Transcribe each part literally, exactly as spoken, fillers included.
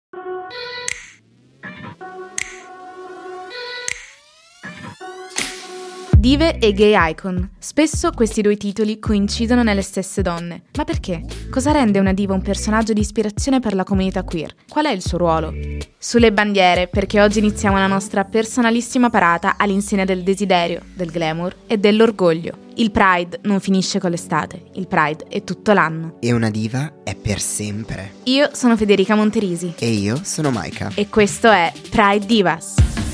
Dive e gay icon. Spesso questi due titoli coincidono nelle stesse donne. Ma perché? Cosa rende una diva un personaggio di ispirazione per la comunità queer? Qual è il suo ruolo? Sulle bandiere, perché oggi iniziamo la nostra personalissima parata all'insegna del desiderio, del glamour e dell'orgoglio. Il Pride non finisce con l'estate, il Pride è tutto l'anno. E una diva è per sempre. Io sono Federica Monterisi. E io sono Maika. E questo è Pride Divas.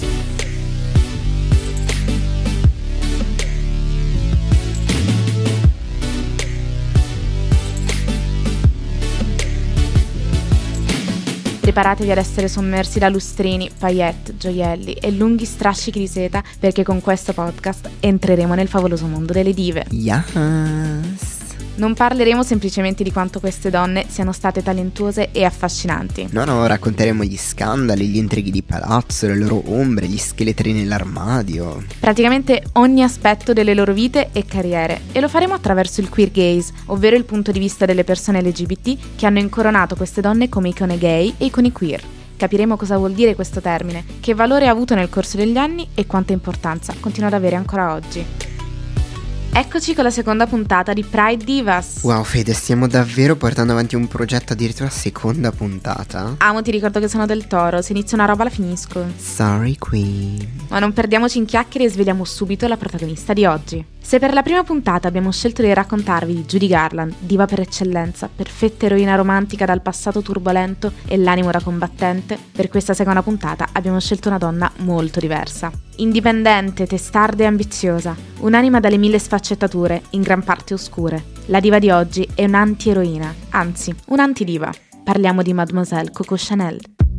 Preparatevi ad essere sommersi da lustrini, paillette, gioielli e lunghi strascichi di seta, perché con questo podcast entreremo nel favoloso mondo delle dive. Yes! Non parleremo semplicemente di quanto queste donne siano state talentuose e affascinanti. No, no, racconteremo gli scandali, gli intrighi di palazzo, le loro ombre, gli scheletri nell'armadio. Praticamente ogni aspetto delle loro vite e carriere. E lo faremo attraverso il queer gaze, ovvero il punto di vista delle persone L G B T che hanno incoronato queste donne come icone gay e icone queer. Capiremo cosa vuol dire questo termine, che valore ha avuto nel corso degli anni e quanta importanza continua ad avere ancora oggi. Eccoci con la seconda puntata di Pride Divas. Wow Fede, stiamo davvero portando avanti un progetto addirittura seconda puntata? Amo, ti ricordo che sono del Toro, se inizio una roba la finisco. Sorry queen. Ma non perdiamoci in chiacchiere e sveliamo subito la protagonista di oggi. Se per la prima puntata abbiamo scelto di raccontarvi di Judy Garland, diva per eccellenza, perfetta eroina romantica dal passato turbolento e l'animo da combattente, per questa seconda puntata abbiamo scelto una donna molto diversa. Indipendente, testarda e ambiziosa, un'anima dalle mille sfaccettature, in gran parte oscure. La diva di oggi è un'anti-eroina, anzi, un'antidiva. Parliamo di Mademoiselle Coco Chanel.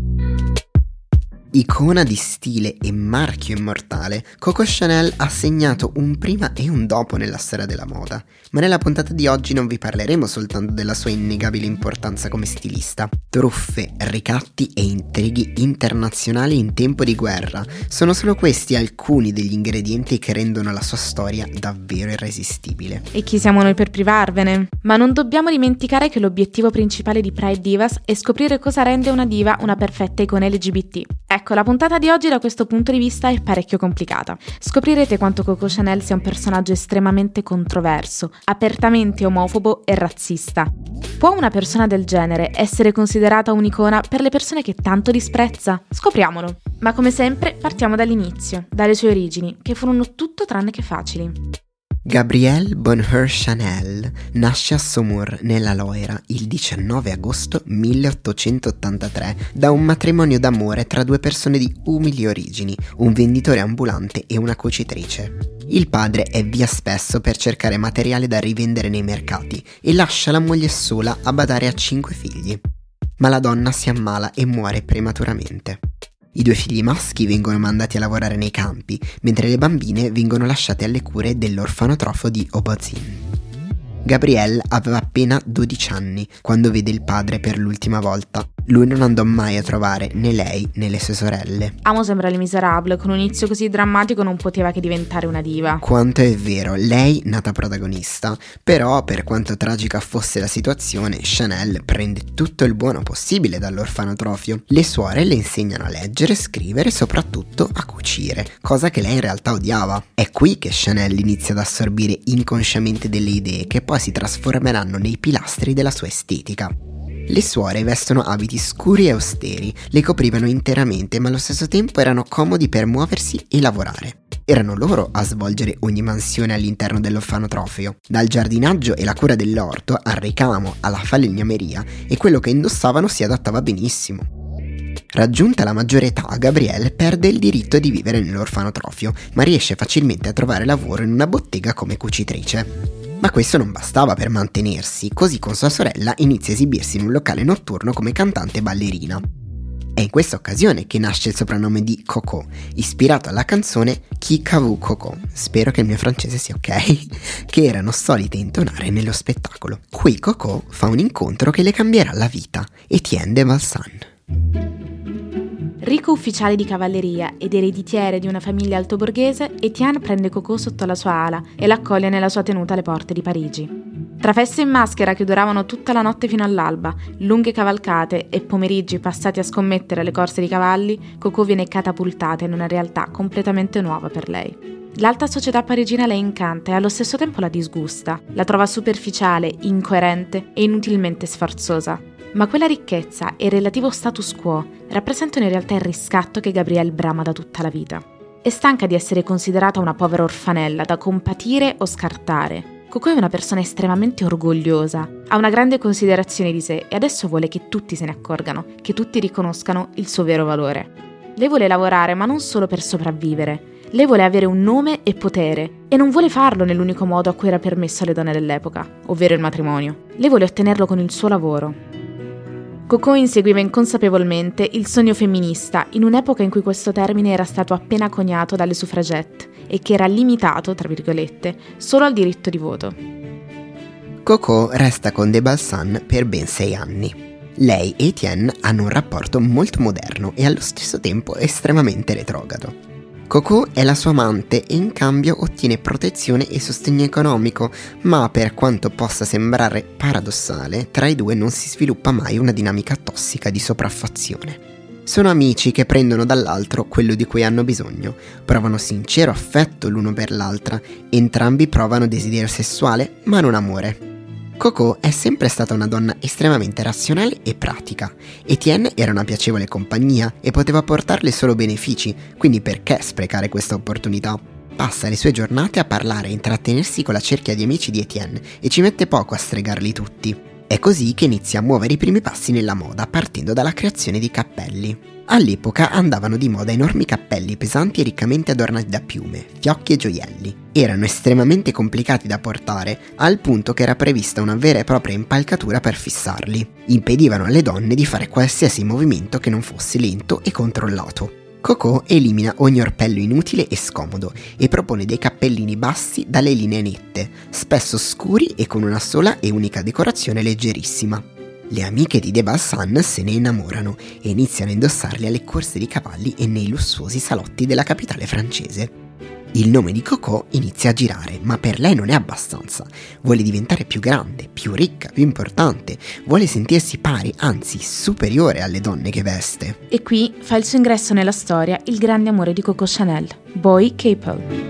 Icona di stile e marchio immortale, Coco Chanel ha segnato un prima e un dopo nella storia della moda, ma nella puntata di oggi non vi parleremo soltanto della sua innegabile importanza come stilista. Truffe, ricatti e intrighi internazionali in tempo di guerra sono solo questi alcuni degli ingredienti che rendono la sua storia davvero irresistibile. E chi siamo noi per privarvene? Ma non dobbiamo dimenticare che l'obiettivo principale di Pride Divas è scoprire cosa rende una diva una perfetta icona L G B T. Ecco, la puntata di oggi da questo punto di vista è parecchio complicata. Scoprirete quanto Coco Chanel sia un personaggio estremamente controverso, apertamente omofobo e razzista. Può una persona del genere essere considerata un'icona per le persone che tanto disprezza? Scopriamolo! Ma come sempre partiamo dall'inizio, dalle sue origini, che furono tutto tranne che facili. Gabrielle Bonheur Chanel nasce a Saumur, nella Loira, il diciannove agosto milleottocentottantatré da un matrimonio d'amore tra due persone di umili origini, un venditore ambulante e una cucitrice. Il padre è via spesso per cercare materiale da rivendere nei mercati e lascia la moglie sola a badare a cinque figli. Ma la donna si ammala e muore prematuramente. I due figli maschi vengono mandati a lavorare nei campi, mentre le bambine vengono lasciate alle cure dell'orfanotrofio di Aubazin. Gabrielle aveva appena dodici anni quando vede il padre per l'ultima volta. Lui non andò mai a trovare né lei né le sue sorelle. Amo sembra Les Miserables, con un inizio così drammatico non poteva che diventare una diva. Quanto è vero, lei nata protagonista, però per quanto tragica fosse la situazione, Chanel prende tutto il buono possibile dall'orfanotrofio. Le suore le insegnano a leggere, scrivere e soprattutto a cucire, cosa che lei in realtà odiava. È qui che Chanel inizia ad assorbire inconsciamente delle idee che poi si trasformeranno nei pilastri della sua estetica. Le suore vestono abiti scuri e austeri, le coprivano interamente ma allo stesso tempo erano comodi per muoversi e lavorare. Erano loro a svolgere ogni mansione all'interno dell'orfanotrofio, dal giardinaggio e la cura dell'orto al ricamo, alla falegnameria, e quello che indossavano si adattava benissimo. Raggiunta la maggiore età, Gabrielle perde il diritto di vivere nell'orfanotrofio, ma riesce facilmente a trovare lavoro in una bottega come cucitrice. Ma questo non bastava per mantenersi, così con sua sorella inizia a esibirsi in un locale notturno come cantante e ballerina. È in questa occasione che nasce il soprannome di Coco, ispirato alla canzone Qui qu'a vu Coco, spero che il mio francese sia ok, che erano solite intonare nello spettacolo. Qui Coco fa un incontro che le cambierà la vita, Etienne de Balsan. Ricco ufficiale di cavalleria ed ereditiere di una famiglia altoborghese, Etienne prende Coco sotto la sua ala e l'accoglie nella sua tenuta alle porte di Parigi. Tra feste in maschera che duravano tutta la notte fino all'alba, lunghe cavalcate e pomeriggi passati a scommettere alle corse di cavalli, Coco viene catapultata in una realtà completamente nuova per lei. L'alta società parigina la incanta e allo stesso tempo la disgusta, la trova superficiale, incoerente e inutilmente sfarzosa. Ma quella ricchezza e il relativo status quo rappresentano in realtà il riscatto che Gabrielle brama da tutta la vita. È stanca di essere considerata una povera orfanella da compatire o scartare. Coco è una persona estremamente orgogliosa, ha una grande considerazione di sé e adesso vuole che tutti se ne accorgano, che tutti riconoscano il suo vero valore. Lei vuole lavorare ma non solo per sopravvivere. Lei vuole avere un nome e potere e non vuole farlo nell'unico modo a cui era permesso alle donne dell'epoca, ovvero il matrimonio. Lei vuole ottenerlo con il suo lavoro. Coco inseguiva inconsapevolmente il sogno femminista in un'epoca in cui questo termine era stato appena coniato dalle suffragette e che era limitato, tra virgolette, solo al diritto di voto. Coco resta con De Balsan per ben sei anni. Lei e Etienne hanno un rapporto molto moderno e allo stesso tempo estremamente retrogrado. Coco è la sua amante e in cambio ottiene protezione e sostegno economico, ma per quanto possa sembrare paradossale, tra i due non si sviluppa mai una dinamica tossica di sopraffazione. Sono amici che prendono dall'altro quello di cui hanno bisogno, provano sincero affetto l'uno per l'altra, entrambi provano desiderio sessuale, ma non amore. Coco è sempre stata una donna estremamente razionale e pratica. Etienne era una piacevole compagnia e poteva portarle solo benefici, quindi perché sprecare questa opportunità? Passa le sue giornate a parlare e intrattenersi con la cerchia di amici di Etienne e ci mette poco a stregarli tutti. È così che inizia a muovere i primi passi nella moda partendo dalla creazione di cappelli. All'epoca andavano di moda enormi cappelli pesanti e riccamente adornati da piume, fiocchi e gioielli. Erano estremamente complicati da portare, al punto che era prevista una vera e propria impalcatura per fissarli. Impedivano alle donne di fare qualsiasi movimento che non fosse lento e controllato. Coco elimina ogni orpello inutile e scomodo e propone dei cappellini bassi dalle linee nette, spesso scuri e con una sola e unica decorazione leggerissima. Le amiche di De Balsan se ne innamorano e iniziano a indossarli alle corse di cavalli e nei lussuosi salotti della capitale francese. Il nome di Coco inizia a girare, ma per lei non è abbastanza. Vuole diventare più grande, più ricca, più importante. Vuole sentirsi pari, anzi superiore alle donne che veste. E qui fa il suo ingresso nella storia il grande amore di Coco Chanel, Boy Capel.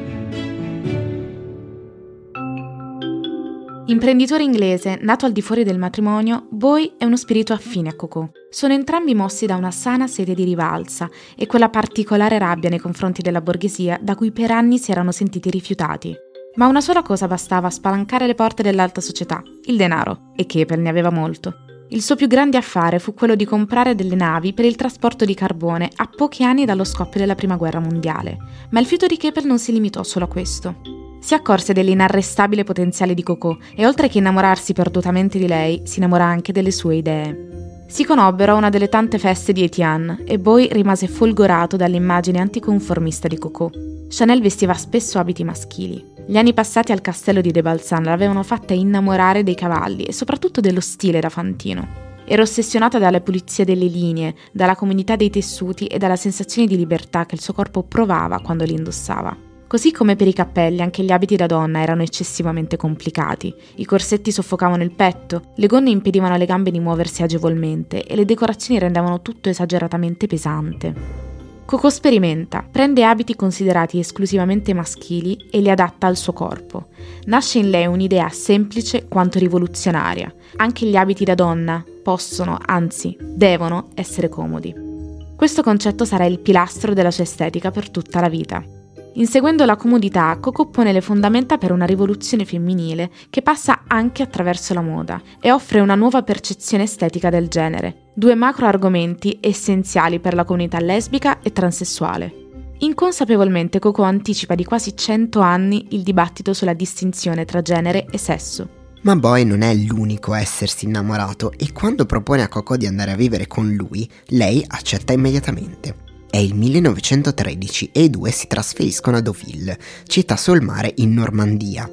Imprenditore inglese, nato al di fuori del matrimonio, Boy è uno spirito affine a Coco. Sono entrambi mossi da una sana sete di rivalsa e quella particolare rabbia nei confronti della borghesia da cui per anni si erano sentiti rifiutati. Ma una sola cosa bastava a spalancare le porte dell'alta società, il denaro, e Capel ne aveva molto. Il suo più grande affare fu quello di comprare delle navi per il trasporto di carbone a pochi anni dallo scoppio della Prima Guerra Mondiale. Ma il fiuto di Capel non si limitò solo a questo. Si accorse dell'inarrestabile potenziale di Coco e oltre che innamorarsi perdutamente di lei, si innamora anche delle sue idee. Si conobbero a una delle tante feste di Etienne e Boy rimase folgorato dall'immagine anticonformista di Coco. Chanel vestiva spesso abiti maschili. Gli anni passati al castello di De Balsan l'avevano fatta innamorare dei cavalli e soprattutto dello stile da fantino. Era ossessionata dalla pulizia delle linee, dalla comodità dei tessuti e dalla sensazione di libertà che il suo corpo provava quando li indossava. Così come per i cappelli, anche gli abiti da donna erano eccessivamente complicati. I corsetti soffocavano il petto, le gonne impedivano alle gambe di muoversi agevolmente e le decorazioni rendevano tutto esageratamente pesante. Coco sperimenta, prende abiti considerati esclusivamente maschili e li adatta al suo corpo. Nasce in lei un'idea semplice quanto rivoluzionaria. Anche gli abiti da donna possono, anzi, devono essere comodi. Questo concetto sarà il pilastro della sua estetica per tutta la vita. Inseguendo la comodità, Coco pone le fondamenta per una rivoluzione femminile che passa anche attraverso la moda e offre una nuova percezione estetica del genere, due macro argomenti essenziali per la comunità lesbica e transessuale. Inconsapevolmente Coco anticipa di quasi cento anni il dibattito sulla distinzione tra genere e sesso. Ma Boy non è l'unico a essersi innamorato e quando propone a Coco di andare a vivere con lui, lei accetta immediatamente. È il millenovecentotredici e i due si trasferiscono a Deauville, città sul mare in Normandia.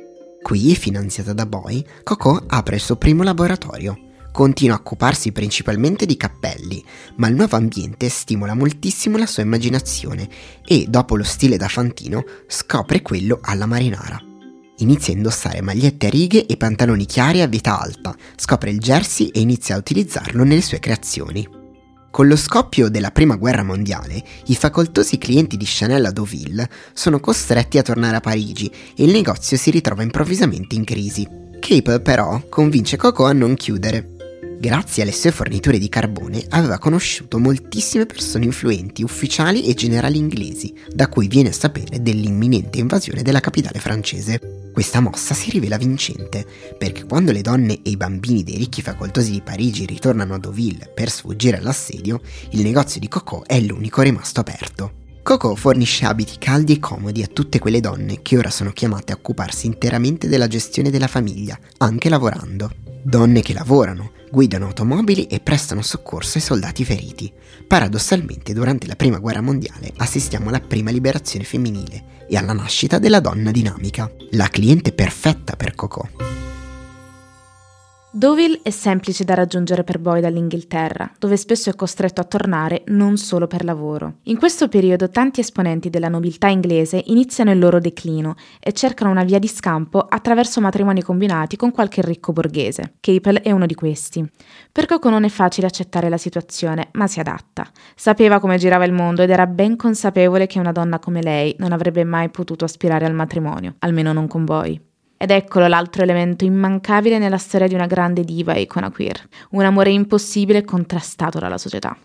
Qui, finanziata da Boy, Coco apre il suo primo laboratorio. Continua a occuparsi principalmente di cappelli, ma il nuovo ambiente stimola moltissimo la sua immaginazione e, dopo lo stile da fantino, scopre quello alla marinara. Inizia a indossare magliette a righe e pantaloni chiari a vita alta, scopre il jersey e inizia a utilizzarlo nelle sue creazioni. Con lo scoppio della Prima Guerra Mondiale, i facoltosi clienti di Chanel a Deauville sono costretti a tornare a Parigi e il negozio si ritrova improvvisamente in crisi. Capel però convince Coco a non chiudere. Grazie alle sue forniture di carbone aveva conosciuto moltissime persone influenti, ufficiali e generali inglesi, da cui viene a sapere dell'imminente invasione della capitale francese. Questa mossa si rivela vincente, perché quando le donne e i bambini dei ricchi facoltosi di Parigi ritornano a Deauville per sfuggire all'assedio, il negozio di Coco è l'unico rimasto aperto. Coco fornisce abiti caldi e comodi a tutte quelle donne che ora sono chiamate a occuparsi interamente della gestione della famiglia, anche lavorando. Donne che lavorano, guidano automobili e prestano soccorso ai soldati feriti. Paradossalmente, durante la Prima Guerra Mondiale assistiamo alla prima liberazione femminile e alla nascita della donna dinamica, la cliente perfetta per Coco. Deauville è semplice da raggiungere per Boy dall'Inghilterra, dove spesso è costretto a tornare non solo per lavoro. In questo periodo tanti esponenti della nobiltà inglese iniziano il loro declino e cercano una via di scampo attraverso matrimoni combinati con qualche ricco borghese. Capel è uno di questi. Per Coco non è facile accettare la situazione, ma si adatta. Sapeva come girava il mondo ed era ben consapevole che una donna come lei non avrebbe mai potuto aspirare al matrimonio, almeno non con Boy. Ed eccolo l'altro elemento immancabile nella storia di una grande diva e icona queer, un amore impossibile e contrastato dalla società.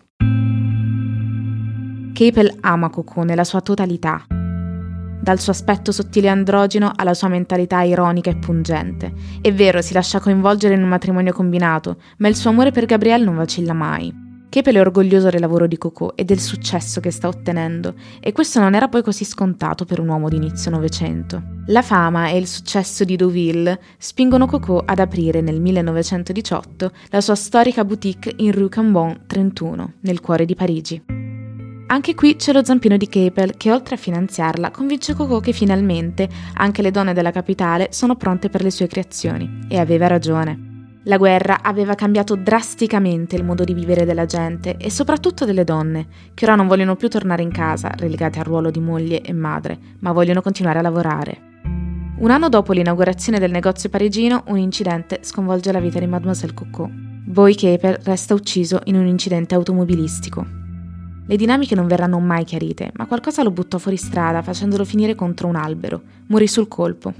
Capel ama Coco nella sua totalità, dal suo aspetto sottile e androgino alla sua mentalità ironica e pungente. È vero, si lascia coinvolgere in un matrimonio combinato, ma il suo amore per Gabrielle non vacilla mai. Capel è orgoglioso del lavoro di Coco e del successo che sta ottenendo, e questo non era poi così scontato per un uomo di inizio Novecento. La fama e il successo di Deauville spingono Coco ad aprire nel millenovecentodiciotto la sua storica boutique in Rue Cambon trentuno, nel cuore di Parigi. Anche qui c'è lo zampino di Capel che, oltre a finanziarla, convince Coco che finalmente anche le donne della capitale sono pronte per le sue creazioni, e aveva ragione. La guerra aveva cambiato drasticamente il modo di vivere della gente e soprattutto delle donne, che ora non vogliono più tornare in casa, relegate al ruolo di moglie e madre, ma vogliono continuare a lavorare. Un anno dopo l'inaugurazione del negozio parigino, un incidente sconvolge la vita di Mademoiselle Coco. Boy Capel resta ucciso in un incidente automobilistico. Le dinamiche non verranno mai chiarite, ma qualcosa lo buttò fuori strada facendolo finire contro un albero. Morì sul colpo.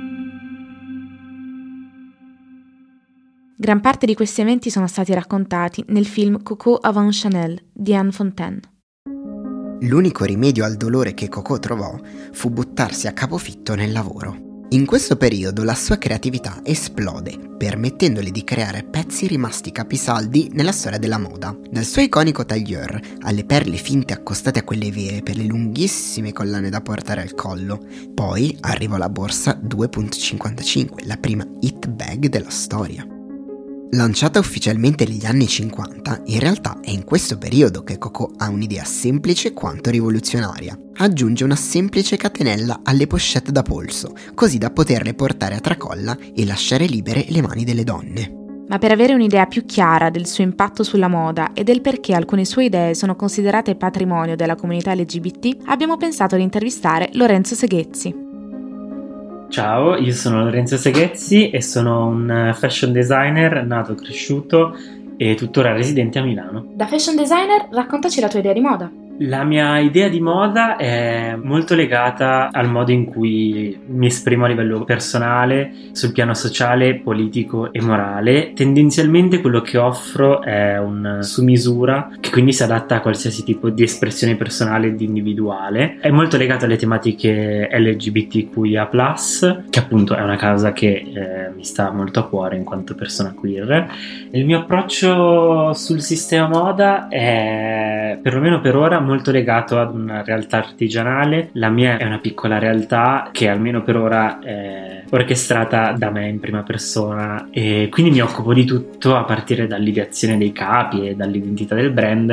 Gran parte di questi eventi sono stati raccontati nel film Coco avant Chanel di Anne Fontaine. L'unico rimedio al dolore che Coco trovò fu buttarsi a capofitto nel lavoro. In questo periodo la sua creatività esplode, permettendole di creare pezzi rimasti capisaldi nella storia della moda. Dal suo iconico tailleur alle perle finte accostate a quelle vere per le lunghissime collane da portare al collo. Poi arrivò la borsa due virgola cinquantacinque, la prima hit bag della storia. Lanciata ufficialmente negli anni cinquanta, in realtà è in questo periodo che Coco ha un'idea semplice quanto rivoluzionaria. Aggiunge una semplice catenella alle pochette da polso, così da poterle portare a tracolla e lasciare libere le mani delle donne. Ma per avere un'idea più chiara del suo impatto sulla moda e del perché alcune sue idee sono considerate patrimonio della comunità L G B T, abbiamo pensato di intervistare Lorenzo Seghezzi. Ciao, io sono Lorenzo Seghezzi e sono un fashion designer nato e cresciuto e tuttora residente a Milano. Da fashion designer, raccontaci la tua idea di moda. La mia idea di moda è molto legata al modo in cui mi esprimo a livello personale, sul piano sociale, politico e morale. Tendenzialmente quello che offro è un su misura che quindi si adatta a qualsiasi tipo di espressione personale ed individuale. È molto legato alle tematiche L G B T Q I A plus, che appunto è una causa che eh, mi sta molto a cuore in quanto persona queer. Il mio approccio sul sistema moda è, perlomeno per ora, molto legato ad una realtà artigianale. La mia è una piccola realtà che almeno per ora è orchestrata da me in prima persona e quindi mi occupo di tutto a partire dall'ideazione dei capi e dall'identità del brand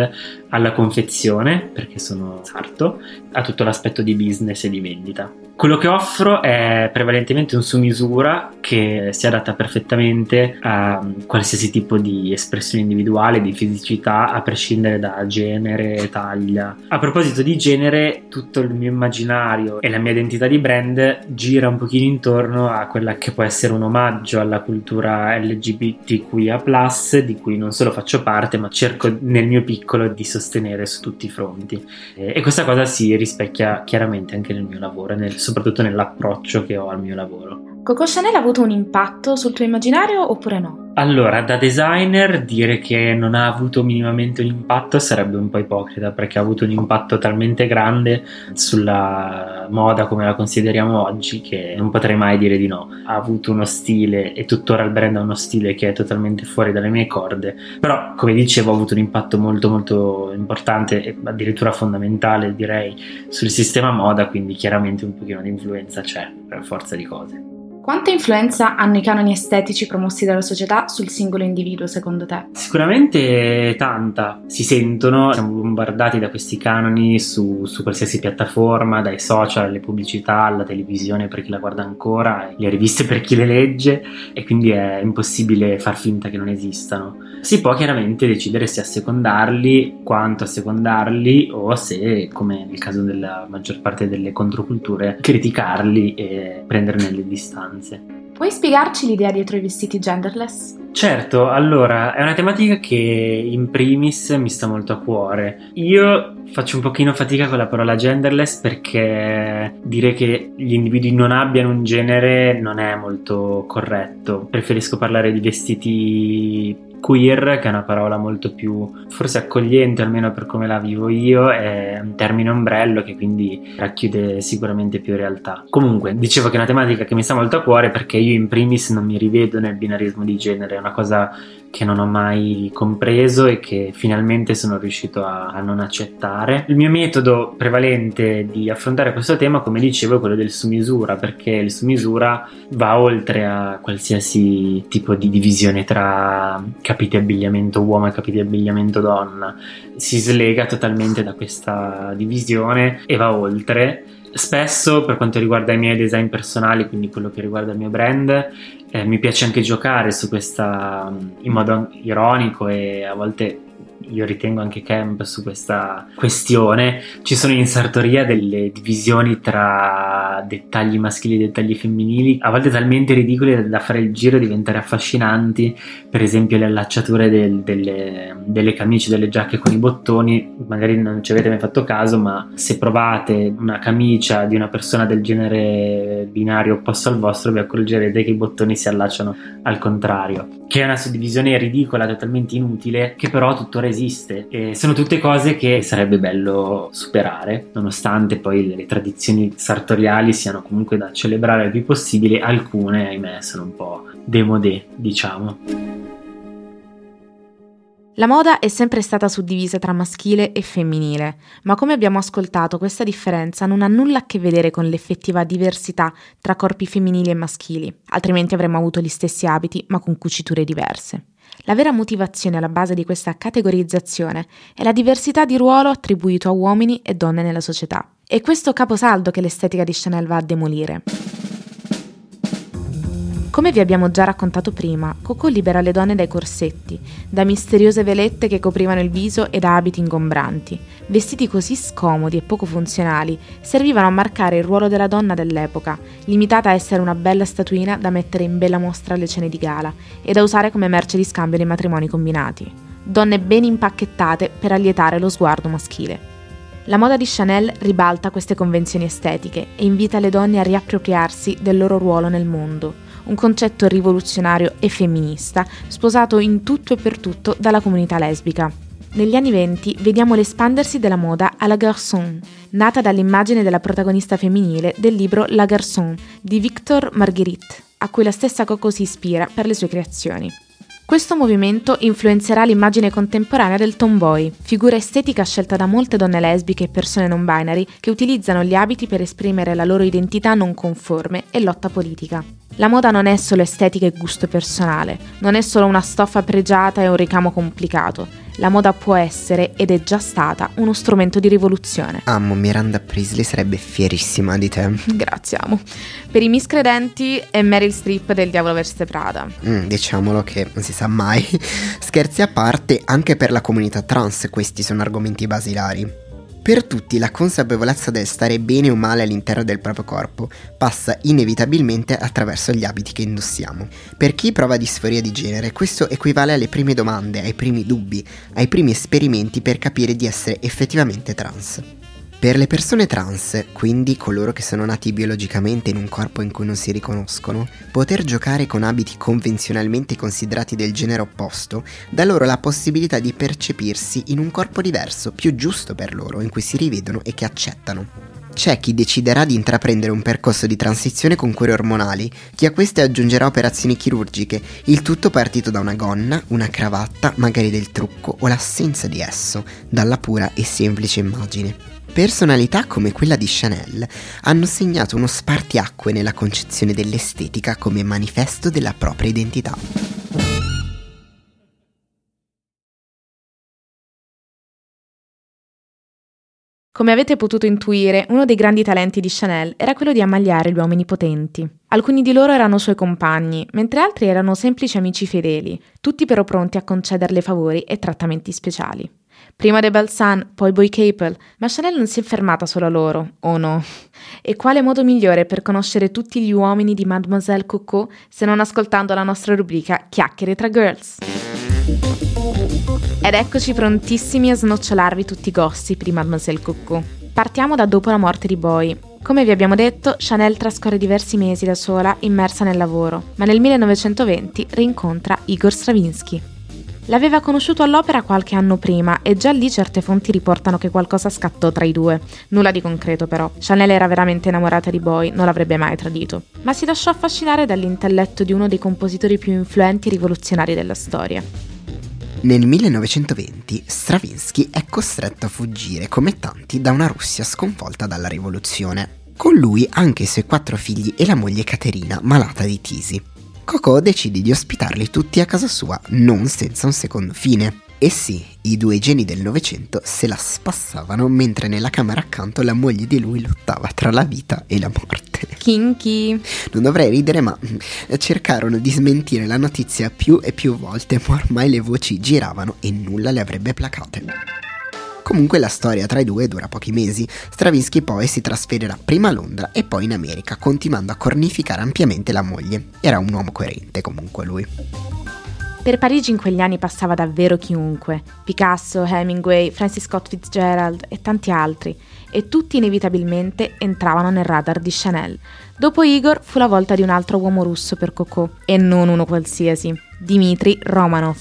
alla confezione, perché sono sarto, a tutto l'aspetto di business e di vendita. Quello che offro è prevalentemente un su misura che si adatta perfettamente a qualsiasi tipo di espressione individuale, di fisicità, a prescindere da genere, taglia. A proposito di genere, tutto il mio immaginario e la mia identità di brand gira un pochino intorno a quella che può essere un omaggio alla cultura L G B T Q I A plus, di cui non solo faccio parte, ma cerco nel mio piccolo di sostenere su tutti i fronti. E questa cosa si rispecchia chiaramente anche nel mio lavoro, nel, soprattutto nell'approccio che ho al mio lavoro. Coco Chanel ha avuto un impatto sul tuo immaginario oppure no? Allora, da designer dire che non ha avuto minimamente un impatto sarebbe un po' ipocrita, perché ha avuto un impatto talmente grande sulla moda come la consideriamo oggi che non potrei mai dire di no. Ha avuto uno stile, e tuttora il brand ha uno stile che è totalmente fuori dalle mie corde, però come dicevo ha avuto un impatto molto molto importante e addirittura fondamentale, direi, sul sistema moda, quindi chiaramente un pochino di influenza c'è per forza di cose. Quanta influenza hanno i canoni estetici promossi dalla società sul singolo individuo, secondo te? Sicuramente tanta. Si sentono, siamo bombardati da questi canoni su, su qualsiasi piattaforma, dai social, alle pubblicità, alla televisione per chi la guarda ancora, le riviste per chi le legge, e quindi è impossibile far finta che non esistano. Si può chiaramente decidere se assecondarli, quanto assecondarli, o se, come nel caso della maggior parte delle controculture, criticarli e prenderne le distanze. Puoi spiegarci l'idea dietro i vestiti genderless? Certo, allora, è una tematica che in primis mi sta molto a cuore. Io faccio un pochino fatica con la parola genderless perché dire che gli individui non abbiano un genere non è molto corretto. Preferisco parlare di vestiti queer, che è una parola molto più forse accogliente, almeno per come la vivo io, è un termine ombrello che quindi racchiude sicuramente più realtà. Comunque, dicevo che è una tematica che mi sta molto a cuore perché io in primis non mi rivedo nel binarismo di genere, è una cosa che non ho mai compreso e che finalmente sono riuscito a, a non accettare. Il mio metodo prevalente di affrontare questo tema, come dicevo, è quello del su misura, perché il su misura va oltre a qualsiasi tipo di divisione tra capiti abbigliamento uomo e capiti abbigliamento donna, si slega totalmente da questa divisione e va oltre. Spesso, per quanto riguarda i miei design personali, quindi quello che riguarda il mio brand, eh, mi piace anche giocare su questa in modo ironico e a volte io ritengo anche camp su questa questione. Ci sono in sartoria delle divisioni tra dettagli maschili e dettagli femminili, a volte talmente ridicoli da fare il giro e diventare affascinanti. Per esempio le allacciature del, delle, delle camicie, delle giacche con i bottoni, magari non ci avete mai fatto caso, ma se provate una camicia di una persona del genere binario opposto al vostro vi accorgerete che i bottoni si allacciano al contrario, che è una suddivisione ridicola, totalmente inutile, che però tuttora esiste. E sono tutte cose che sarebbe bello superare, nonostante poi le tradizioni sartoriali siano comunque da celebrare il più possibile. Alcune, ahimè, sono un po' démodé, diciamo. La moda è sempre stata suddivisa tra maschile e femminile, ma come abbiamo ascoltato questa differenza non ha nulla a che vedere con l'effettiva diversità tra corpi femminili e maschili, altrimenti avremmo avuto gli stessi abiti ma con cuciture diverse. La vera motivazione alla base di questa categorizzazione è la diversità di ruolo attribuito a uomini e donne nella società. È questo caposaldo che l'estetica di Chanel va a demolire. Come vi abbiamo già raccontato prima, Coco libera le donne dai corsetti, da misteriose velette che coprivano il viso e da abiti ingombranti. Vestiti così scomodi e poco funzionali servivano a marcare il ruolo della donna dell'epoca, limitata a essere una bella statuina da mettere in bella mostra alle cene di gala e da usare come merce di scambio nei matrimoni combinati. Donne ben impacchettate per allietare lo sguardo maschile. La moda di Chanel ribalta queste convenzioni estetiche e invita le donne a riappropriarsi del loro ruolo nel mondo. Un concetto rivoluzionario e femminista, sposato in tutto e per tutto dalla comunità lesbica. Negli anni venti vediamo l'espandersi della moda à la garçon, nata dall'immagine della protagonista femminile del libro La Garçon di Victor Marguerite, a cui la stessa Coco si ispira per le sue creazioni. Questo movimento influenzerà l'immagine contemporanea del tomboy, figura estetica scelta da molte donne lesbiche e persone non binary che utilizzano gli abiti per esprimere la loro identità non conforme e lotta politica. La moda non è solo estetica e gusto personale, non è solo una stoffa pregiata e un ricamo complicato. La moda può essere, ed è già stata, uno strumento di rivoluzione. Amo, Miranda Priestly sarebbe fierissima di te. Grazie, amo. Per i miscredenti è Meryl Streep del Diavolo veste Prada. Mm, diciamolo che non si sa mai. Scherzi a parte, anche per la comunità trans questi sono argomenti basilari. Per tutti la consapevolezza del stare bene o male all'interno del proprio corpo passa inevitabilmente attraverso gli abiti che indossiamo. Per chi prova disforia di genere, questo equivale alle prime domande, ai primi dubbi, ai primi esperimenti per capire di essere effettivamente trans. Per le persone trans, quindi coloro che sono nati biologicamente in un corpo in cui non si riconoscono, poter giocare con abiti convenzionalmente considerati del genere opposto dà loro la possibilità di percepirsi in un corpo diverso, più giusto per loro, in cui si rivedono e che accettano. C'è chi deciderà di intraprendere un percorso di transizione con cure ormonali, chi a queste aggiungerà operazioni chirurgiche, il tutto partito da una gonna, una cravatta, magari del trucco o l'assenza di esso, dalla pura e semplice immagine. Personalità come quella di Chanel hanno segnato uno spartiacque nella concezione dell'estetica come manifesto della propria identità. Come avete potuto intuire, uno dei grandi talenti di Chanel era quello di ammaliare gli uomini potenti. Alcuni di loro erano suoi compagni, mentre altri erano semplici amici fedeli, tutti però pronti a concederle favori e trattamenti speciali. Prima The Balsan, poi Boy Capel, ma Chanel non si è fermata solo a loro, oh no. E quale modo migliore per conoscere tutti gli uomini di Mademoiselle Coco se non ascoltando la nostra rubrica Chiacchiere tra Girls? Ed eccoci prontissimi a snocciolarvi tutti i gossip di Mademoiselle Coco. Partiamo da dopo la morte di Boy. Come vi abbiamo detto, Chanel trascorre diversi mesi da sola, immersa nel lavoro, ma nel millenovecentoventi rincontra Igor Stravinsky. L'aveva conosciuto all'opera qualche anno prima e già lì certe fonti riportano che qualcosa scattò tra i due. Nulla di concreto però. Chanel era veramente innamorata di Boy, non l'avrebbe mai tradito. Ma si lasciò affascinare dall'intelletto di uno dei compositori più influenti e rivoluzionari della storia. Nel millenovecentoventi Stravinsky è costretto a fuggire, come tanti, da una Russia sconvolta dalla rivoluzione. Con lui anche i suoi quattro figli e la moglie Caterina, malata di tisi. Coco decide di ospitarli tutti a casa sua, non senza un secondo fine. E sì, i due geni del Novecento se la spassavano mentre nella camera accanto la moglie di lui lottava tra la vita e la morte. Kinky! Non dovrei ridere, ma cercarono di smentire la notizia più e più volte, ma ormai le voci giravano e nulla le avrebbe placate. Comunque la storia tra i due dura pochi mesi. Stravinsky poi si trasferirà prima a Londra e poi in America, continuando a cornificare ampiamente la moglie. Era un uomo coerente comunque lui. Per Parigi in quegli anni passava davvero chiunque. Picasso, Hemingway, Francis Scott Fitzgerald e tanti altri. E tutti inevitabilmente entravano nel radar di Chanel. Dopo Igor fu la volta di un altro uomo russo per Coco, e non uno qualsiasi, Dmitry Romanov.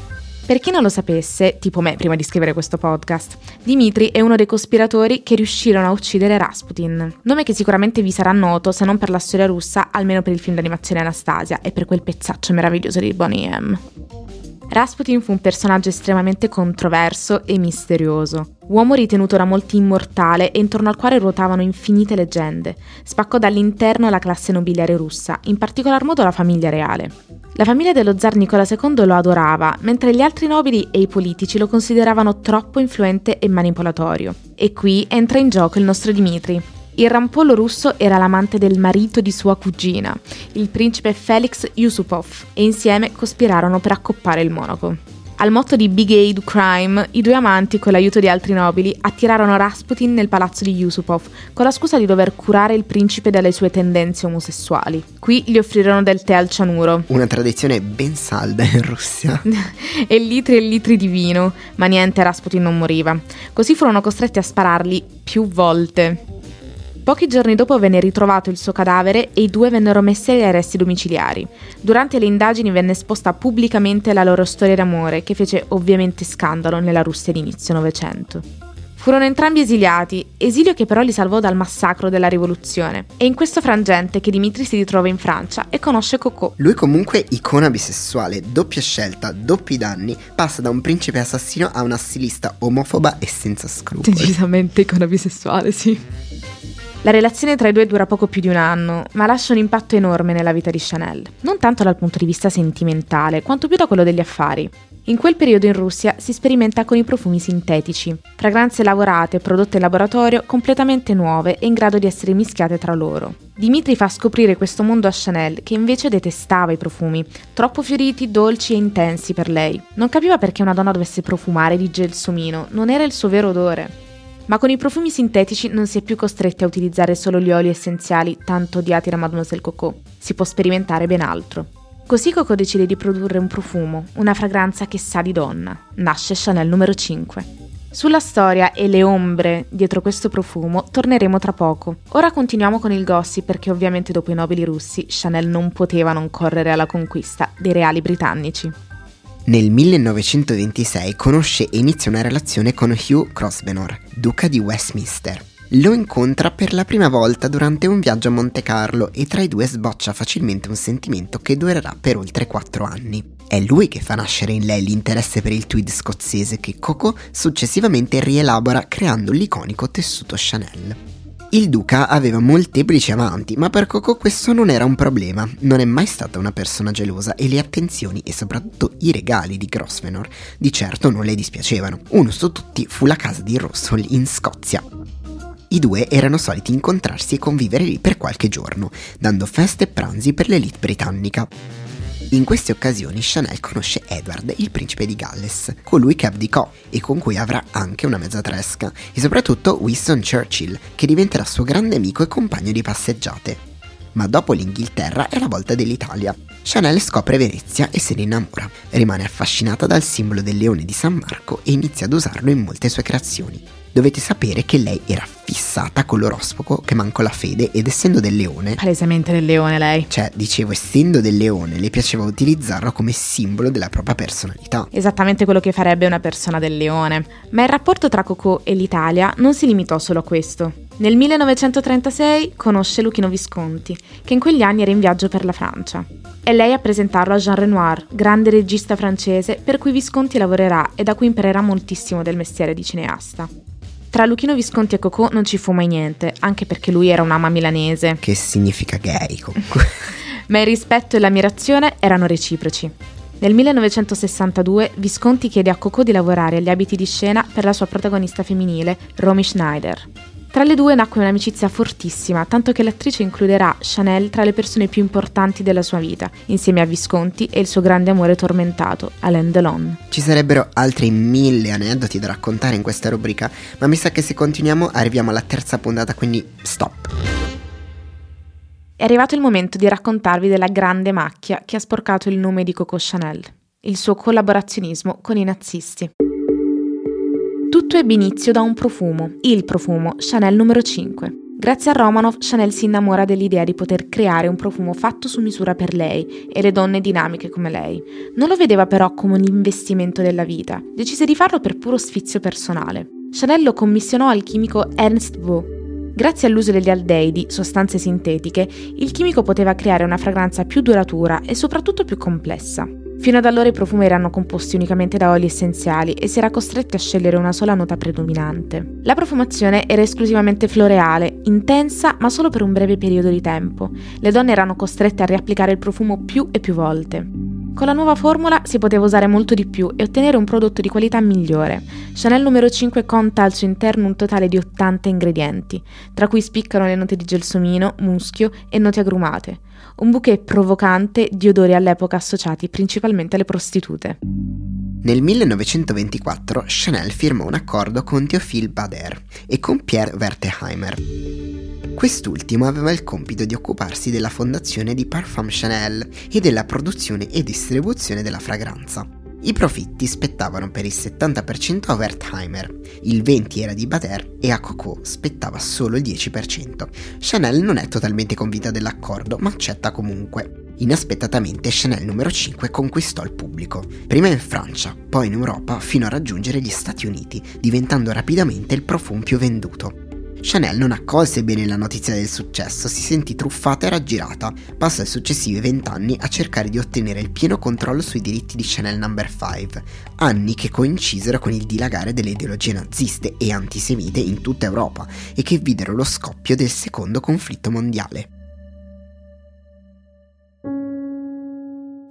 Per chi non lo sapesse, tipo me prima di scrivere questo podcast, Dmitry è uno dei cospiratori che riuscirono a uccidere Rasputin, nome che sicuramente vi sarà noto se non per la storia russa, almeno per il film d'animazione Anastasia e per quel pezzaccio meraviglioso di Boney M. Rasputin fu un personaggio estremamente controverso e misterioso, uomo ritenuto da molti immortale e intorno al quale ruotavano infinite leggende. Spaccò dall'interno la classe nobiliare russa, in particolar modo la famiglia reale. La famiglia dello zar Nicola secondo lo adorava, mentre gli altri nobili e i politici lo consideravano troppo influente e manipolatorio. E qui entra in gioco il nostro Dmitry. Il rampollo russo era l'amante del marito di sua cugina, il principe Felix Yusupov, e insieme cospirarono per accoppare il monaco. Al motto di Big A do Crime, i due amanti, con l'aiuto di altri nobili, attirarono Rasputin nel palazzo di Yusupov, con la scusa di dover curare il principe dalle sue tendenze omosessuali. Qui gli offrirono del tè al cianuro. Una tradizione ben salda in Russia. E litri e litri di vino, ma niente, Rasputin non moriva. Così furono costretti a spararli più volte. Pochi giorni dopo venne ritrovato il suo cadavere e i due vennero messi agli arresti domiciliari. Durante le indagini venne esposta pubblicamente la loro storia d'amore, che fece ovviamente scandalo nella Russia di inizio Novecento. Furono entrambi esiliati, esilio che però li salvò dal massacro della rivoluzione. È in questo frangente che Dmitry si ritrova in Francia e conosce Coco. Lui comunque icona bisessuale, doppia scelta, doppi danni, passa da un principe assassino a una stilista omofoba e senza scrupoli. Decisamente icona bisessuale, sì. La relazione tra i due dura poco più di un anno, ma lascia un impatto enorme nella vita di Chanel, non tanto dal punto di vista sentimentale, quanto più da quello degli affari. In quel periodo in Russia si sperimenta con i profumi sintetici, fragranze lavorate, prodotte in laboratorio, completamente nuove e in grado di essere mischiate tra loro. Dimitri fa scoprire questo mondo a Chanel, che invece detestava i profumi, troppo fioriti, dolci e intensi per lei. Non capiva perché una donna dovesse profumare di gelsomino, non era il suo vero odore. Ma con i profumi sintetici non si è più costretti a utilizzare solo gli oli essenziali tanto odiati da Mademoiselle Coco, si può sperimentare ben altro. Così Coco decide di produrre un profumo, una fragranza che sa di donna. Nasce Chanel numero cinque. Sulla storia e le ombre dietro questo profumo torneremo tra poco. Ora continuiamo con il gossip perché ovviamente dopo i nobili russi Chanel non poteva non correre alla conquista dei reali britannici. Nel millenovecentoventisei conosce e inizia una relazione con Hugh Grosvenor, duca di Westminster. Lo incontra per la prima volta durante un viaggio a Monte Carlo e tra i due sboccia facilmente un sentimento che durerà per oltre quattro anni. È lui che fa nascere in lei l'interesse per il tweed scozzese che Coco successivamente rielabora creando l'iconico tessuto Chanel. Il duca aveva molteplici amanti, ma per Coco questo non era un problema. Non è mai stata una persona gelosa e le attenzioni e soprattutto i regali di Grosvenor di certo non le dispiacevano. Uno su tutti fu la casa di Russell in Scozia. I due erano soliti incontrarsi e convivere lì per qualche giorno, dando feste e pranzi per l'elite britannica. In queste occasioni Chanel conosce Edward, il principe di Galles, colui che abdicò e con cui avrà anche una mezza tresca, e soprattutto Winston Churchill, che diventerà suo grande amico e compagno di passeggiate. Ma dopo l'Inghilterra è la volta dell'Italia. Chanel scopre Venezia e se ne innamora. Rimane affascinata dal simbolo del leone di San Marco e inizia ad usarlo in molte sue creazioni. Dovete sapere che lei era fissata con l'oroscopo che mancò la fede ed essendo del leone... Palesemente del leone lei. Cioè, dicevo, essendo del leone, le piaceva utilizzarlo come simbolo della propria personalità. Esattamente quello che farebbe una persona del leone. Ma il rapporto tra Coco e l'Italia non si limitò solo a questo. Nel millenovecentotrentasei conosce Luchino Visconti, che in quegli anni era in viaggio per la Francia. È lei a presentarlo a Jean Renoir, grande regista francese per cui Visconti lavorerà e da cui imparerà moltissimo del mestiere di cineasta. Tra Luchino Visconti e Coco non ci fu mai niente, anche perché lui era un'ama milanese. Che significa gay comunque. Ma il rispetto e l'ammirazione erano reciproci. Nel millenovecentosessantadue Visconti chiede a Coco di lavorare agli abiti di scena per la sua protagonista femminile, Romy Schneider. Tra le due nacque un'amicizia fortissima, tanto che l'attrice includerà Chanel tra le persone più importanti della sua vita, insieme a Visconti e il suo grande amore tormentato, Alain Delon. Ci sarebbero altri mille aneddoti da raccontare in questa rubrica, ma mi sa che se continuiamo arriviamo alla terza puntata, quindi stop. È arrivato il momento di raccontarvi della grande macchia che ha sporcato il nome di Coco Chanel, il suo collaborazionismo con i nazisti. Tutto ebbe inizio da un profumo, il profumo Chanel numero cinque. Grazie a Romanov, Chanel si innamora dell'idea di poter creare un profumo fatto su misura per lei e le donne dinamiche come lei. Non lo vedeva però come un investimento della vita, decise di farlo per puro sfizio personale. Chanel lo commissionò al chimico Ernst Vaux. Grazie all'uso degli aldeidi, sostanze sintetiche, il chimico poteva creare una fragranza più duratura e soprattutto più complessa. Fino ad allora i profumi erano composti unicamente da oli essenziali e si era costretti a scegliere una sola nota predominante. La profumazione era esclusivamente floreale, intensa ma solo per un breve periodo di tempo. Le donne erano costrette a riapplicare il profumo più e più volte. Con la nuova formula si poteva usare molto di più e ottenere un prodotto di qualità migliore. Chanel numero cinque conta al suo interno un totale di ottanta ingredienti, tra cui spiccano le note di gelsomino, muschio e note agrumate. Un bouquet provocante di odori all'epoca associati principalmente alle prostitute. Nel millenovecentoventiquattro Chanel firmò un accordo con Théophile Bader e con Pierre Wertheimer. Quest'ultimo aveva il compito di occuparsi della fondazione di Parfum Chanel e della produzione e distribuzione della fragranza. I profitti spettavano per il settanta per cento a Wertheimer, il venti per cento era di Bader e a Coco spettava solo il dieci per cento. Chanel non è totalmente convinta dell'accordo, ma accetta comunque. Inaspettatamente Chanel numero cinque conquistò il pubblico, prima in Francia, poi in Europa, fino a raggiungere gli Stati Uniti, diventando rapidamente il profumo più venduto. Chanel non accolse bene la notizia del successo, si sentì truffata e raggirata. Passò i successivi vent'anni a cercare di ottenere il pieno controllo sui diritti di Chanel number cinque, anni che coincisero con il dilagare delle ideologie naziste e antisemite in tutta Europa e che videro lo scoppio del secondo conflitto mondiale.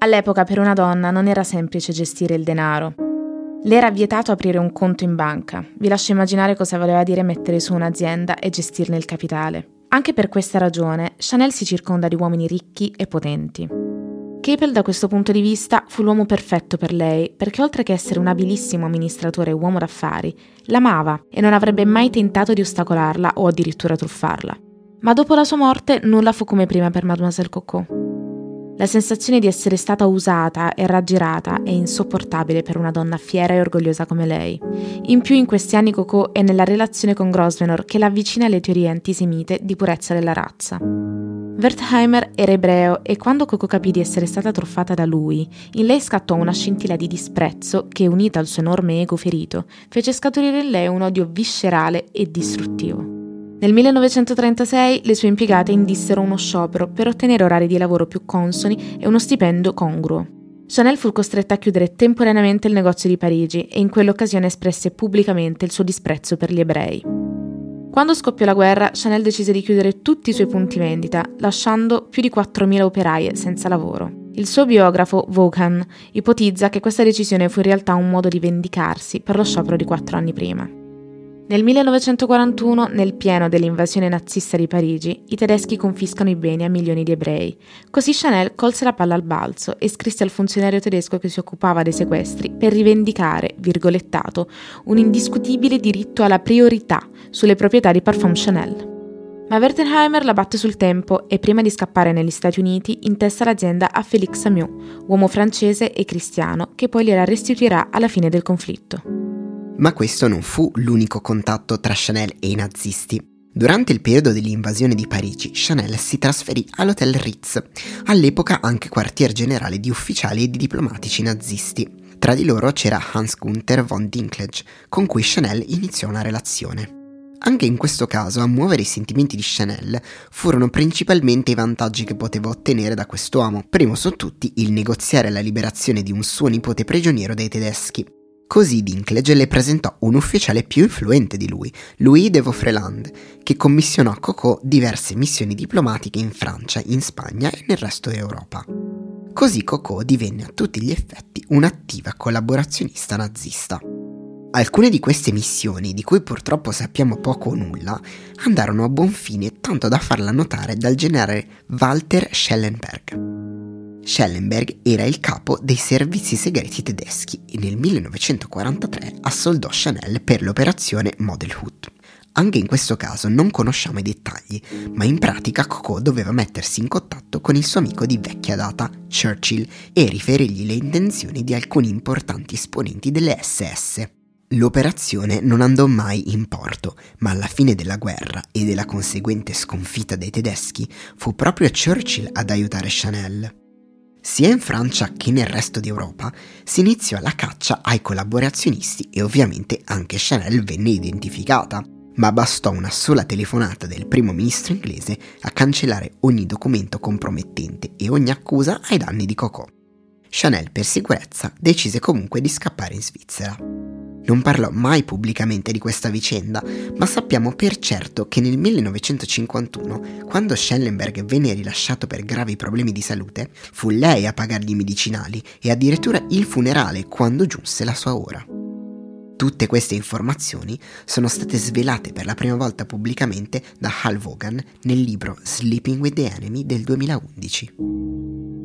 All'epoca per una donna non era semplice gestire il denaro. Le era vietato aprire un conto in banca. Vi lascio immaginare cosa voleva dire mettere su un'azienda e gestirne il capitale. Anche per questa ragione, Chanel si circonda di uomini ricchi e potenti. Capel da questo punto di vista fu l'uomo perfetto per lei, perché oltre che essere un abilissimo amministratore e uomo d'affari, l'amava e non avrebbe mai tentato di ostacolarla o addirittura truffarla. Ma dopo la sua morte nulla fu come prima per Mademoiselle Coco. La sensazione di essere stata usata e raggirata è insopportabile per una donna fiera e orgogliosa come lei. In più in questi anni Coco è nella relazione con Grosvenor che l'avvicina alle teorie antisemite di purezza della razza. Wertheimer era ebreo e quando Coco capì di essere stata truffata da lui, in lei scattò una scintilla di disprezzo che, unita al suo enorme ego ferito, fece scaturire in lei un odio viscerale e distruttivo. Nel millenovecentotrentasei le sue impiegate indissero uno sciopero per ottenere orari di lavoro più consoni e uno stipendio congruo. Chanel fu costretta a chiudere temporaneamente il negozio di Parigi e in quell'occasione espresse pubblicamente il suo disprezzo per gli ebrei. Quando scoppiò la guerra, Chanel decise di chiudere tutti i suoi punti vendita, lasciando più di quattromila operaie senza lavoro. Il suo biografo, Vaughan, ipotizza che questa decisione fu in realtà un modo di vendicarsi per lo sciopero di quattro anni prima. Nel millenovecentoquarantuno, nel pieno dell'invasione nazista di Parigi, i tedeschi confiscano i beni a milioni di ebrei. Così Chanel colse la palla al balzo e scrisse al funzionario tedesco che si occupava dei sequestri per rivendicare, virgolettato, un indiscutibile diritto alla priorità sulle proprietà di Parfum Chanel. Ma Wertheimer la batte sul tempo e prima di scappare negli Stati Uniti intesta l'azienda a Félix Samiot, uomo francese e cristiano che poi gliela restituirà alla fine del conflitto. Ma questo non fu l'unico contatto tra Chanel e i nazisti. Durante il periodo dell'invasione di Parigi, Chanel si trasferì all'Hotel Ritz, all'epoca anche quartier generale di ufficiali e di diplomatici nazisti. Tra di loro c'era Hans Gunther von Dinklage, con cui Chanel iniziò una relazione. Anche in questo caso a muovere i sentimenti di Chanel furono principalmente i vantaggi che poteva ottenere da quest'uomo, primo su tutti il negoziare la liberazione di un suo nipote prigioniero dai tedeschi. Così Dinklage le presentò un ufficiale più influente di lui, Louis de Vaufreland, che commissionò a Coco diverse missioni diplomatiche in Francia, in Spagna e nel resto d'Europa. Così Coco divenne a tutti gli effetti un'attiva collaborazionista nazista. Alcune di queste missioni, di cui purtroppo sappiamo poco o nulla, andarono a buon fine tanto da farla notare dal generale Walter Schellenberg. Schellenberg era il capo dei servizi segreti tedeschi e nel millenovecentoquarantatré assoldò Chanel per l'operazione Model Hood. Anche in questo caso non conosciamo i dettagli, ma in pratica Coco doveva mettersi in contatto con il suo amico di vecchia data, Churchill, e riferirgli le intenzioni di alcuni importanti esponenti delle esse esse. L'operazione non andò mai in porto, ma alla fine della guerra e della conseguente sconfitta dei tedeschi fu proprio Churchill ad aiutare Chanel. Sia in Francia che nel resto d'Europa si iniziò la caccia ai collaborazionisti e ovviamente anche Chanel venne identificata, ma bastò una sola telefonata del primo ministro inglese a cancellare ogni documento compromettente e ogni accusa ai danni di Coco. Chanel per sicurezza decise comunque di scappare in Svizzera. Non parlò mai pubblicamente di questa vicenda, ma sappiamo per certo che nel millenovecentocinquantuno, quando Schellenberg venne rilasciato per gravi problemi di salute, fu lei a pagargli i medicinali e addirittura il funerale quando giunse la sua ora. Tutte queste informazioni sono state svelate per la prima volta pubblicamente da Hal Vaughan nel libro Sleeping with the Enemy del duemilaundici.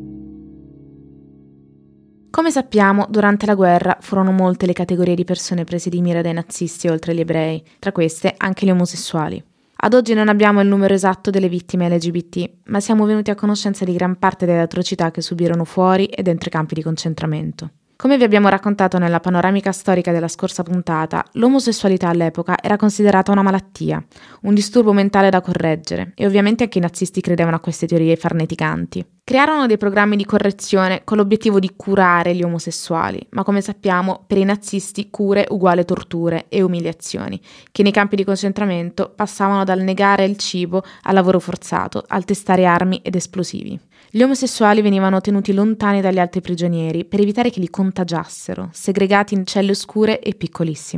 Come sappiamo, durante la guerra furono molte le categorie di persone prese di mira dai nazisti oltre agli ebrei, tra queste anche gli omosessuali. Ad oggi non abbiamo il numero esatto delle vittime L G B T, ma siamo venuti a conoscenza di gran parte delle atrocità che subirono fuori e dentro i campi di concentramento. Come vi abbiamo raccontato nella panoramica storica della scorsa puntata, l'omosessualità all'epoca era considerata una malattia, un disturbo mentale da correggere, e ovviamente anche i nazisti credevano a queste teorie farneticanti. Crearono dei programmi di correzione con l'obiettivo di curare gli omosessuali, ma come sappiamo, per i nazisti cure uguale torture e umiliazioni, che nei campi di concentramento passavano dal negare il cibo al lavoro forzato, al testare armi ed esplosivi. Gli omosessuali venivano tenuti lontani dagli altri prigionieri per evitare che li contagiassero, segregati in celle oscure e piccolissime.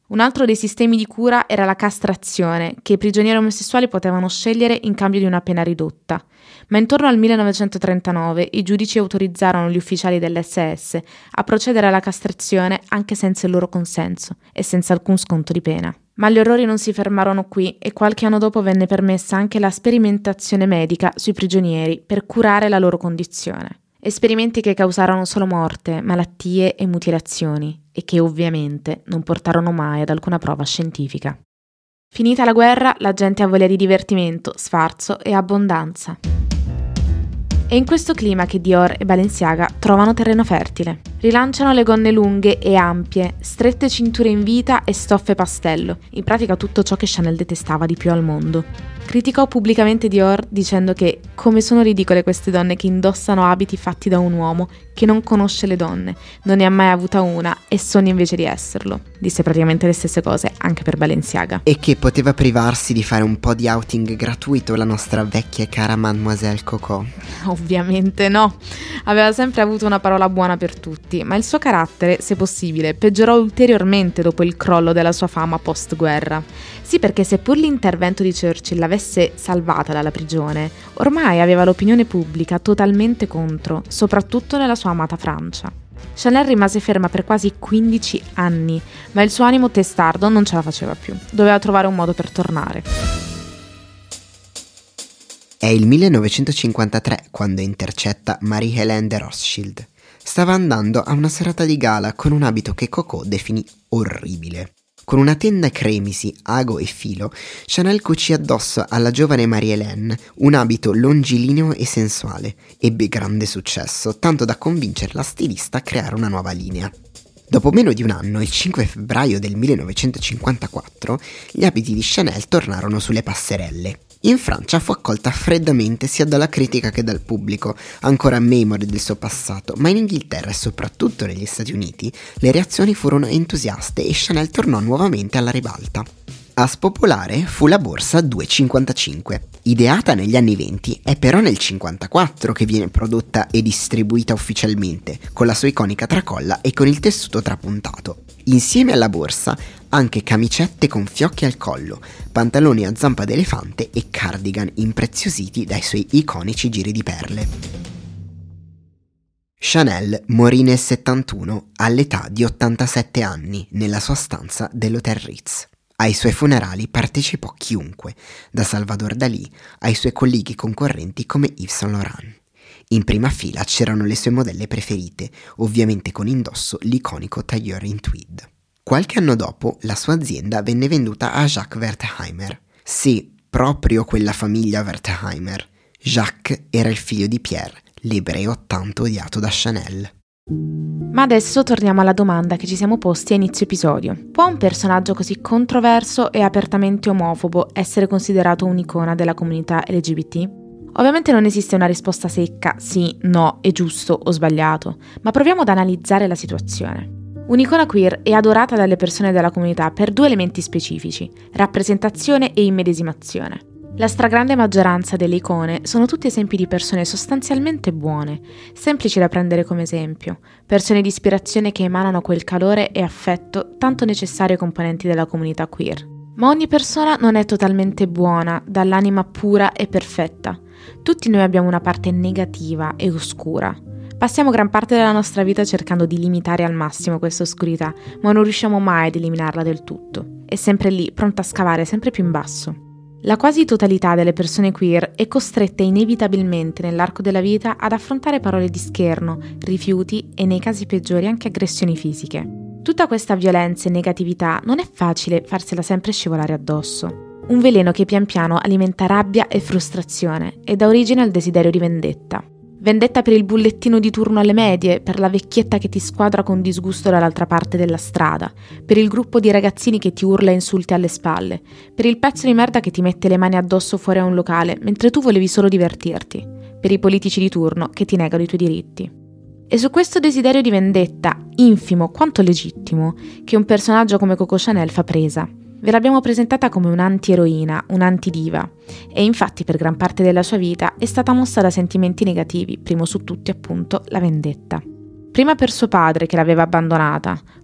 Un altro dei sistemi di cura era la castrazione, che i prigionieri omosessuali potevano scegliere in cambio di una pena ridotta. Ma intorno al millenovecentotrentanove i giudici autorizzarono gli ufficiali dell'esse esse a procedere alla castrazione anche senza il loro consenso e senza alcun sconto di pena. Ma gli orrori non si fermarono qui e qualche anno dopo venne permessa anche la sperimentazione medica sui prigionieri per curare la loro condizione. Esperimenti che causarono solo morte, malattie e mutilazioni e che ovviamente non portarono mai ad alcuna prova scientifica. Finita la guerra, la gente ha voglia di divertimento, sfarzo e abbondanza. È in questo clima che Dior e Balenciaga trovano terreno fertile. Rilanciano le gonne lunghe e ampie, strette cinture in vita e stoffe pastello, in pratica tutto ciò che Chanel detestava di più al mondo. Criticò pubblicamente Dior dicendo che come sono ridicole queste donne che indossano abiti fatti da un uomo che non conosce le donne, non ne ha mai avuta una e sogna invece di esserlo. Disse praticamente le stesse cose anche per Balenciaga. E che poteva privarsi di fare un po' di outing gratuito la nostra vecchia e cara Mademoiselle Coco? Ovviamente no, aveva sempre avuto una parola buona per tutti, ma il suo carattere, se possibile, peggiorò ulteriormente dopo il crollo della sua fama post-guerra. Sì, perché seppur l'intervento di Churchill l'avesse salvata dalla prigione, ormai aveva l'opinione pubblica totalmente contro, soprattutto nella sua amata Francia. Chanel rimase ferma per quasi quindici anni, ma il suo animo testardo non ce la faceva più, doveva trovare un modo per tornare. È il millenovecentocinquantatré quando intercetta Marie-Hélène de Rothschild. Stava andando a una serata di gala con un abito che Coco definì orribile. Con una tenda cremisi, ago e filo, Chanel cucì addosso alla giovane Marie-Hélène un abito longilineo e sensuale. Ebbe grande successo, tanto da convincere la stilista a creare una nuova linea. Dopo meno di un anno, il cinque febbraio del millenovecentocinquantaquattro, gli abiti di Chanel tornarono sulle passerelle. In Francia fu accolta freddamente sia dalla critica che dal pubblico, ancora memore del suo passato, ma in Inghilterra e soprattutto negli Stati Uniti le reazioni furono entusiaste e Chanel tornò nuovamente alla ribalta. A spopolare fu la borsa duecentocinquantacinque. Ideata negli anni venti, è però nel cinquantaquattro che viene prodotta e distribuita ufficialmente, con la sua iconica tracolla e con il tessuto trapuntato. Insieme alla borsa anche camicette con fiocchi al collo, pantaloni a zampa d'elefante e cardigan impreziositi dai suoi iconici giri di perle. Chanel morì nel settantuno all'età di ottantasette anni nella sua stanza dell'Hotel Ritz. Ai suoi funerali partecipò chiunque, da Salvador Dalì ai suoi colleghi concorrenti come Yves Saint Laurent. In prima fila c'erano le sue modelle preferite, ovviamente con indosso l'iconico tailleur in tweed. Qualche anno dopo la sua azienda venne venduta a Jacques Wertheimer. Sì, proprio quella famiglia Wertheimer. Jacques era il figlio di Pierre, l'ebreo tanto odiato da Chanel. Ma adesso torniamo alla domanda che ci siamo posti a inizio episodio. Può un personaggio così controverso e apertamente omofobo essere considerato un'icona della comunità L G B T? Ovviamente non esiste una risposta secca, sì, no, è giusto o sbagliato, ma proviamo ad analizzare la situazione. Un'icona queer è adorata dalle persone della comunità per due elementi specifici: rappresentazione e immedesimazione. La stragrande maggioranza delle icone sono tutti esempi di persone sostanzialmente buone, semplici da prendere come esempio, persone di ispirazione che emanano quel calore e affetto tanto necessario ai componenti della comunità queer. Ma ogni persona non è totalmente buona, dall'anima pura e perfetta. Tutti noi abbiamo una parte negativa e oscura. Passiamo gran parte della nostra vita cercando di limitare al massimo questa oscurità, ma non riusciamo mai ad eliminarla del tutto. È sempre lì, pronta a scavare sempre più in basso. La quasi totalità delle persone queer è costretta inevitabilmente nell'arco della vita ad affrontare parole di scherno, rifiuti e nei casi peggiori anche aggressioni fisiche. Tutta questa violenza e negatività non è facile farsela sempre scivolare addosso. Un veleno che pian piano alimenta rabbia e frustrazione e dà origine al desiderio di vendetta. Vendetta per il bullettino di turno alle medie, per la vecchietta che ti squadra con disgusto dall'altra parte della strada, per il gruppo di ragazzini che ti urla insulti alle spalle, per il pezzo di merda che ti mette le mani addosso fuori a un locale mentre tu volevi solo divertirti, per i politici di turno che ti negano i tuoi diritti. E su questo desiderio di vendetta, infimo quanto legittimo, che un personaggio come Coco Chanel fa presa. Ve l'abbiamo presentata come un'anti-eroina, un'anti-diva, e infatti per gran parte della sua vita è stata mossa da sentimenti negativi, primo su tutti appunto la vendetta. Prima per suo padre che l'aveva abbandonata,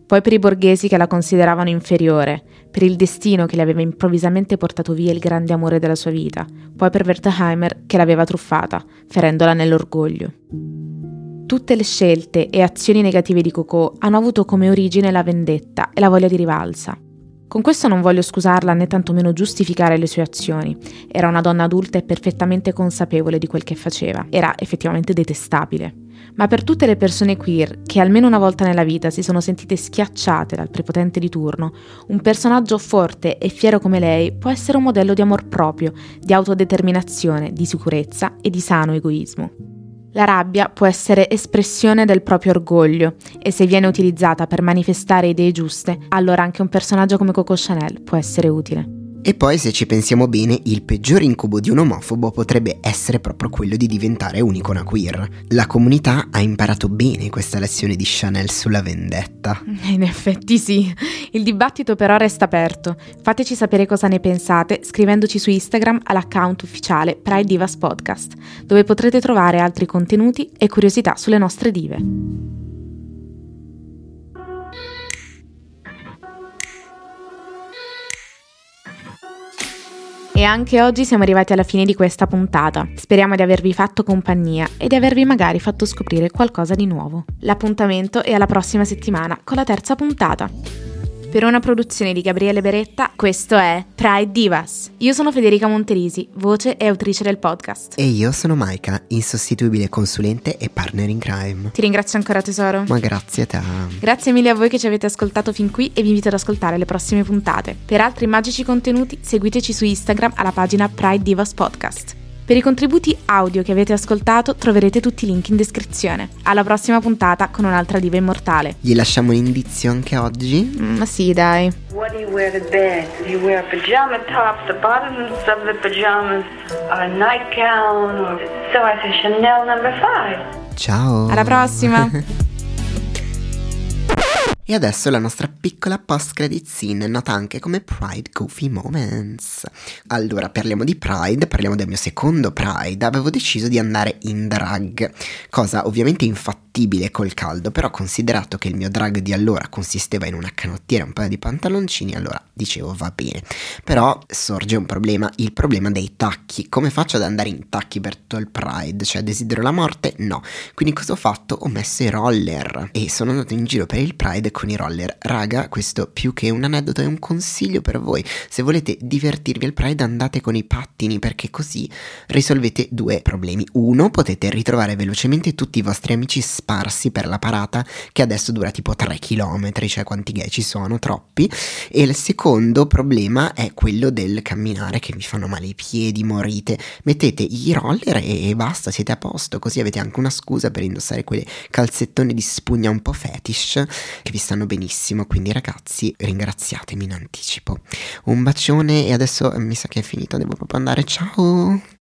poi per i borghesi che la consideravano inferiore, per il destino che le aveva improvvisamente portato via il grande amore della sua vita, poi per Wertheimer che l'aveva truffata, ferendola nell'orgoglio. Tutte le scelte e azioni negative di Coco hanno avuto come origine la vendetta e la voglia di rivalsa. Con questo non voglio scusarla né tantomeno giustificare le sue azioni. Era una donna adulta e perfettamente consapevole di quel che faceva. Era effettivamente detestabile. Ma per tutte le persone queer che almeno una volta nella vita si sono sentite schiacciate dal prepotente di turno, un personaggio forte e fiero come lei può essere un modello di amor proprio, di autodeterminazione, di sicurezza e di sano egoismo. La rabbia può essere espressione del proprio orgoglio e se viene utilizzata per manifestare idee giuste, allora anche un personaggio come Coco Chanel può essere utile. E poi, se ci pensiamo bene, il peggior incubo di un omofobo potrebbe essere proprio quello di diventare un'icona queer. La comunità ha imparato bene questa lezione di Chanel sulla vendetta. In effetti sì. Il dibattito però resta aperto. Fateci sapere cosa ne pensate scrivendoci su Instagram all'account ufficiale Pride Divas Podcast, dove potrete trovare altri contenuti e curiosità sulle nostre dive. E anche oggi siamo arrivati alla fine di questa puntata. Speriamo di avervi fatto compagnia e di avervi magari fatto scoprire qualcosa di nuovo. L'appuntamento è alla prossima settimana con la terza puntata. Per una produzione di Gabriele Beretta, questo è Pride Divas. Io sono Federica Monterisi, voce e autrice del podcast. E io sono Maika, insostituibile consulente e partner in crime. Ti ringrazio ancora, tesoro. Ma grazie a te. Grazie mille a voi che ci avete ascoltato fin qui e vi invito ad ascoltare le prossime puntate. Per altri magici contenuti seguiteci su Instagram alla pagina Pride Divas Podcast. Per i contributi audio che avete ascoltato troverete tutti i link in descrizione. Alla prossima puntata con un'altra diva immortale. Gli lasciamo un indizio anche oggi? Ma mm, sì, dai. What do you wear to bed? Do you wear a pajama top, the bottoms of the pajamas, a nightgown, or... So I say Chanel number five. Ciao. Alla prossima. E adesso la nostra piccola post-credit scene, nota anche come Pride Goofy Moments. Allora, parliamo di Pride, parliamo del mio secondo Pride. Avevo deciso di andare in drag, cosa ovviamente infattibile col caldo, però considerato che il mio drag di allora consisteva in una canottiera e un paio di pantaloncini, allora dicevo va bene. Però sorge un problema, il problema dei tacchi. Come faccio ad andare in tacchi per tutto il Pride? Cioè, desidero la morte? No. Quindi cosa ho fatto? Ho messo i roller e sono andato in giro per il Pride con i roller. Raga, questo più che un aneddoto è un consiglio per voi. Se volete divertirvi al Pride andate con i pattini, perché così risolvete due problemi. Uno, potete ritrovare velocemente tutti i vostri amici sparsi per la parata, che adesso dura tipo tre chilometri, cioè quanti gay ci sono? Troppi. E il secondo problema è quello del camminare, che vi fanno male i piedi, morite. Mettete i roller e, e basta, siete a posto, così avete anche una scusa per indossare quelle calzettone di spugna un po' fetish che vi stanno benissimo. Quindi ragazzi, ringraziatemi in anticipo. Un bacione e adesso mi sa che è finito, devo proprio andare, ciao!